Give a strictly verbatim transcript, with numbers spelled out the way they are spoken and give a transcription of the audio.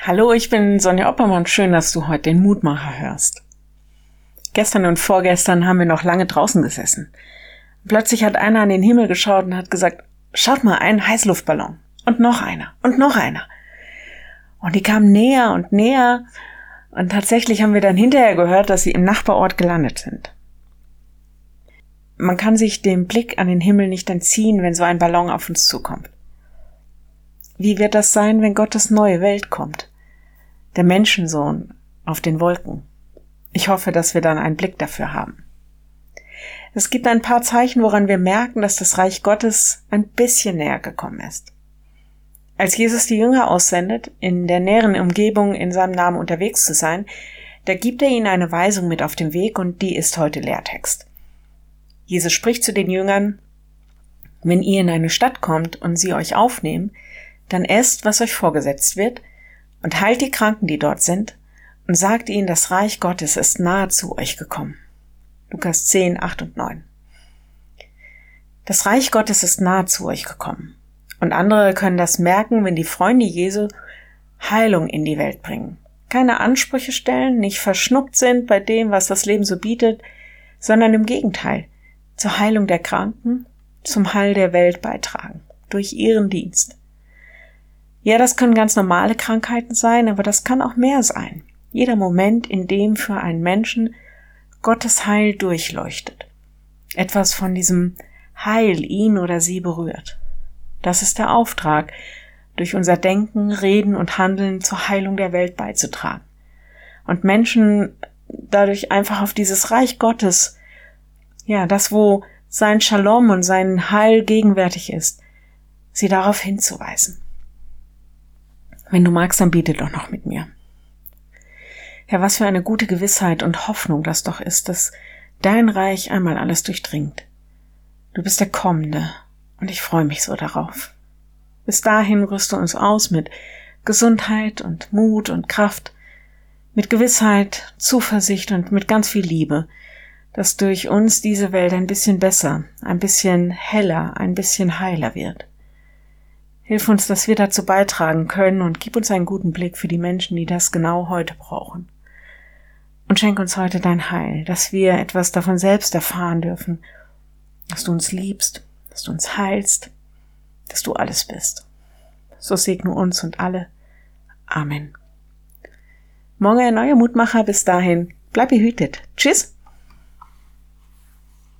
Hallo, ich bin Sonja Oppermann. Schön, dass du heute den Mutmacher hörst. Gestern und vorgestern haben wir noch lange draußen gesessen. Plötzlich hat einer an den Himmel geschaut und hat gesagt, schaut mal, ein Heißluftballon. Und noch einer. Und noch einer. Und die kamen näher und näher. Und tatsächlich haben wir dann hinterher gehört, dass sie im Nachbarort gelandet sind. Man kann sich dem Blick an den Himmel nicht entziehen, wenn so ein Ballon auf uns zukommt. Wie wird das sein, wenn Gottes neue Welt kommt? Der Menschensohn auf den Wolken. Ich hoffe, dass wir dann einen Blick dafür haben. Es gibt ein paar Zeichen, woran wir merken, dass das Reich Gottes ein bisschen näher gekommen ist. Als Jesus die Jünger aussendet, in der näheren Umgebung in seinem Namen unterwegs zu sein, da gibt er ihnen eine Weisung mit auf den Weg und die ist heute Lehrtext. Jesus spricht zu den Jüngern, wenn ihr in eine Stadt kommt und sie euch aufnehmen, dann esst, was euch vorgesetzt wird, und heilt die Kranken, die dort sind, und sagt ihnen, das Reich Gottes ist nahe zu euch gekommen. Lukas zehn, acht und neun. Das Reich Gottes ist nahe zu euch gekommen. Und andere können das merken, wenn die Freunde Jesu Heilung in die Welt bringen. Keine Ansprüche stellen, nicht verschnuppt sind bei dem, was das Leben so bietet, sondern im Gegenteil, zur Heilung der Kranken, zum Heil der Welt beitragen, durch ihren Dienst. Ja, das können ganz normale Krankheiten sein, aber das kann auch mehr sein. Jeder Moment, in dem für einen Menschen Gottes Heil durchleuchtet. Etwas von diesem Heil ihn oder sie berührt. Das ist der Auftrag, durch unser Denken, Reden und Handeln zur Heilung der Welt beizutragen. Und Menschen dadurch einfach auf dieses Reich Gottes, ja, das, wo sein Shalom und sein Heil gegenwärtig ist, sie darauf hinzuweisen. Wenn du magst, dann bete doch noch mit mir. Ja, was für eine gute Gewissheit und Hoffnung das doch ist, dass dein Reich einmal alles durchdringt. Du bist der Kommende und ich freue mich so darauf. Bis dahin rüste uns aus mit Gesundheit und Mut und Kraft, mit Gewissheit, Zuversicht und mit ganz viel Liebe, dass durch uns diese Welt ein bisschen besser, ein bisschen heller, ein bisschen heiler wird. Hilf uns, dass wir dazu beitragen können und gib uns einen guten Blick für die Menschen, die das genau heute brauchen. Und schenk uns heute dein Heil, dass wir etwas davon selbst erfahren dürfen, dass du uns liebst, dass du uns heilst, dass du alles bist. So segne uns und alle. Amen. Morgen ein neuer Mutmacher. Bis dahin, bleib behütet. Tschüss.